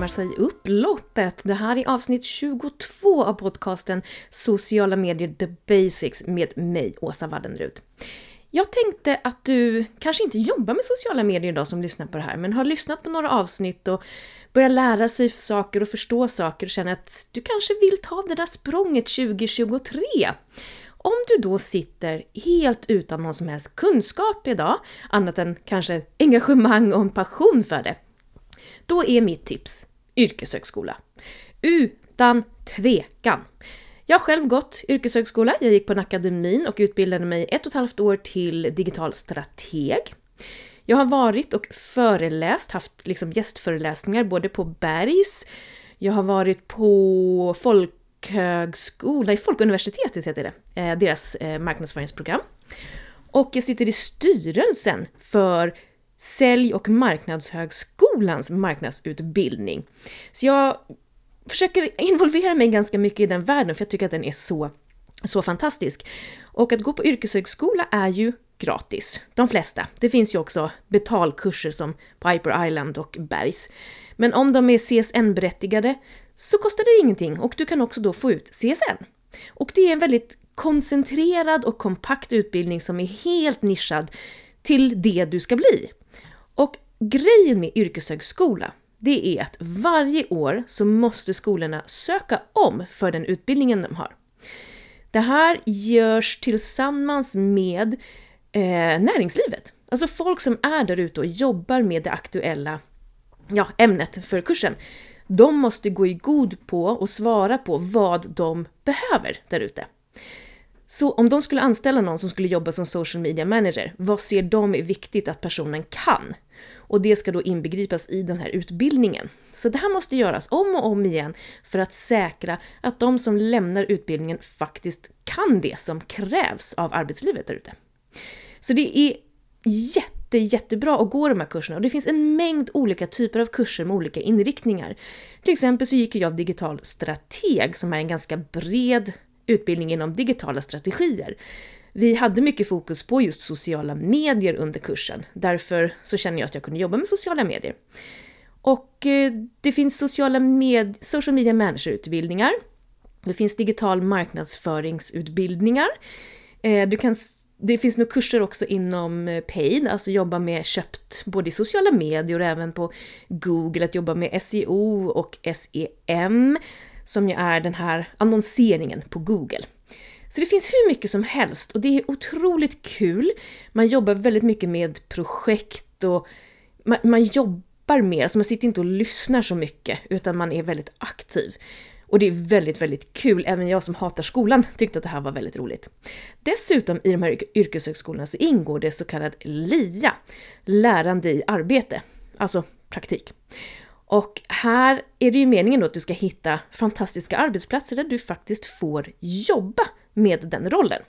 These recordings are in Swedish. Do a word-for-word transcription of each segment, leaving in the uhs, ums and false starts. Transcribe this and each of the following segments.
närmar sig upploppet. Det här är avsnitt tjugotvå av podcasten Sociala medier The Basics med mig, Åsa Waldenrud. Jag tänkte att du kanske inte jobbar med sociala medier idag som lyssnar på det här, men har lyssnat på några avsnitt och börjar lära sig saker och förstå saker och känner att du kanske vill ta det där språnget tjugo tjugotre. Om du då sitter helt utan någon som helst kunskap idag, annat än kanske engagemang och en passion för det, då är mitt tips yrkeshögskola. Utan tvekan. Jag har själv gått yrkeshögskola. Jag gick på en akademin och utbildade mig ett och ett halvt år till digital strateg. Jag har varit och föreläst, haft liksom gästföreläsningar både på Bergs, jag har varit på folkhögskola, i Folkuniversitetet heter det, eh, deras eh, marknadsföringsprogram. Och jag sitter i styrelsen för Sälj- och marknadshögskolans marknadsutbildning. Så jag försöker involvera mig ganska mycket i den världen för jag tycker att den är så, så fantastisk. Och att gå på yrkeshögskola är ju gratis. De flesta. Det finns ju också betalkurser som Piper Island och Bergs. Men om de är C S N-berättigade så kostar det ingenting och du kan också då få ut C S N. Och det är en väldigt koncentrerad och kompakt utbildning som är helt nischad till det du ska bli. Och grejen med yrkeshögskola, det är att varje år så måste skolorna söka om för den utbildningen de har. Det här görs tillsammans med eh, näringslivet. Alltså folk som är där ute och jobbar med det aktuella ja, ämnet för kursen. De måste gå i god på och svara på vad de behöver där ute. Så om de skulle anställa någon som skulle jobba som social media manager, vad ser de är viktigt att personen kan? Och det ska då inbegripas i den här utbildningen. Så det här måste göras om och om igen för att säkra att de som lämnar utbildningen faktiskt kan det som krävs av arbetslivet där ute. Så det är jätte, jättebra att gå de här kurserna. Och det finns en mängd olika typer av kurser med olika inriktningar. Till exempel så gick jag digital strateg som är en ganska bred utbildning inom digitala strategier. Vi hade mycket fokus på just sociala medier under kursen. Därför så känner jag att jag kunde jobba med sociala medier. Och eh, det finns sociala med- social media manager-utbildningar. Det finns digital marknadsföringsutbildningar. Eh, du kan, det finns nog kurser också inom paid, alltså jobba med köpt både i sociala medier och även på Google, att jobba med S E O och S E M som ju är den här annonseringen på Google. Så det finns hur mycket som helst och det är otroligt kul. Man jobbar väldigt mycket med projekt och man, man jobbar mer. Alltså man sitter inte och lyssnar så mycket utan man är väldigt aktiv. Och det är väldigt, väldigt kul. Även jag som hatar skolan tyckte att det här var väldigt roligt. Dessutom i de här yrkeshögskolorna så ingår det så kallad L I A, lärande i arbete, alltså praktik. Och här är det ju meningen då att du ska hitta fantastiska arbetsplatser där du faktiskt får jobba med den rollen.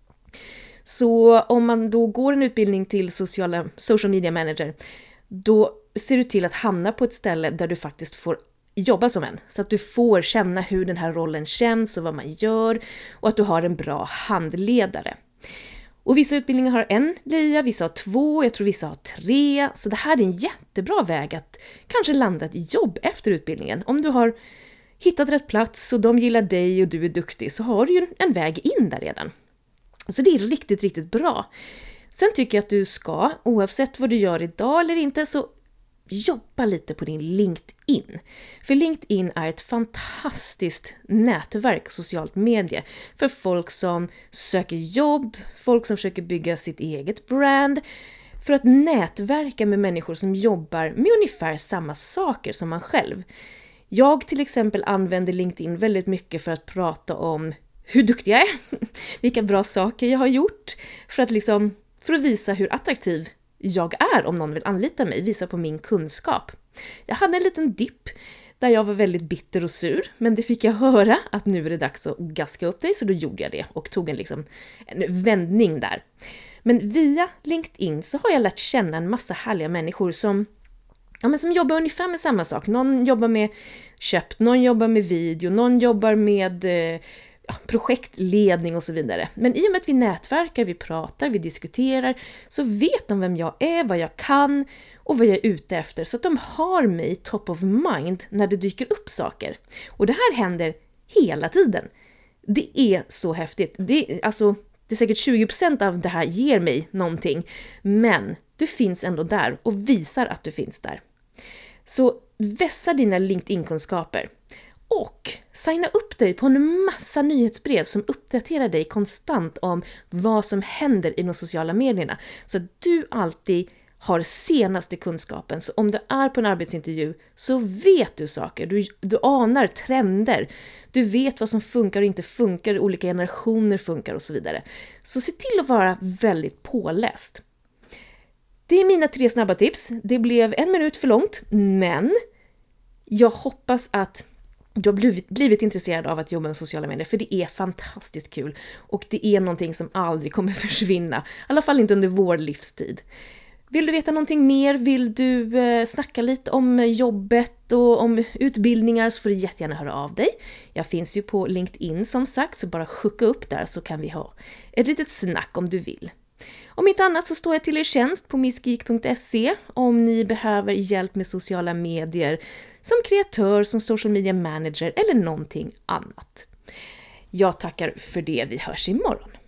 Så om man då går en utbildning till sociala, social media manager, då ser du till att hamna på ett ställe där du faktiskt får jobba som en. Så att du får känna hur den här rollen känns och vad man gör och att du har en bra handledare. Och vissa utbildningar har en L I A, vissa har två, jag tror vissa har tre. Så det här är en jättebra väg att kanske landa ett jobb efter utbildningen. Om du har hittat rätt plats och de gillar dig och du är duktig så har du ju en väg in där redan. Så det är riktigt, riktigt bra. Sen tycker jag att du ska, oavsett vad du gör idag eller inte, så jobba lite på din LinkedIn. För LinkedIn är ett fantastiskt nätverk, socialt medie, för folk som söker jobb, folk som försöker bygga sitt eget brand, för att nätverka med människor som jobbar med ungefär samma saker som man själv. Jag till exempel använder LinkedIn väldigt mycket för att prata om hur duktig jag är, vilka bra saker jag har gjort, för att, liksom, för att visa hur attraktiv jag är om någon vill anlita mig, visa på min kunskap. Jag hade en liten dipp där jag var väldigt bitter och sur, men det fick jag höra att nu är det dags att gaska upp dig, så då gjorde jag det och tog en, liksom, en vändning där. Men via LinkedIn så har jag lärt känna en massa härliga människor som, ja, men som jobbar ungefär med samma sak. Någon jobbar med köpt, någon jobbar med video, någon jobbar med eh, ja, projektledning och så vidare. Men i och med att vi nätverkar, vi pratar, vi diskuterar, så vet de vem jag är, vad jag kan och vad jag är ute efter. Så att de har mig top of mind när det dyker upp saker. Och det här händer hela tiden. Det är så häftigt. Det är, alltså, det är säkert tjugo procent av det här ger mig någonting. Men du finns ändå där och visar att du finns där. Så vässa dina LinkedIn-kunskaper. Och signa upp dig på en massa nyhetsbrev som uppdaterar dig konstant om vad som händer i de sociala medierna. Så att du alltid har senaste kunskapen. Så om du är på en arbetsintervju så vet du saker. Du, du anar trender. Du vet vad som funkar och inte funkar. Olika generationer funkar och så vidare. Så se till att vara väldigt påläst. Det är mina tre snabba tips. Det blev en minut för långt. Men jag hoppas att du har blivit, blivit intresserad av att jobba med sociala medier, för det är fantastiskt kul och det är någonting som aldrig kommer försvinna, i alla fall inte under vår livstid. Vill du veta någonting mer? Vill du eh, snacka lite om jobbet och om utbildningar, så får du jättegärna höra av dig. Jag finns ju på LinkedIn som sagt, så bara skicka upp där så kan vi ha ett litet snack om du vill. Om inte annat så står jag till er tjänst på missgeek punkt se om ni behöver hjälp med sociala medier som kreatör, som social media manager eller någonting annat. Jag tackar för det, vi hörs imorgon.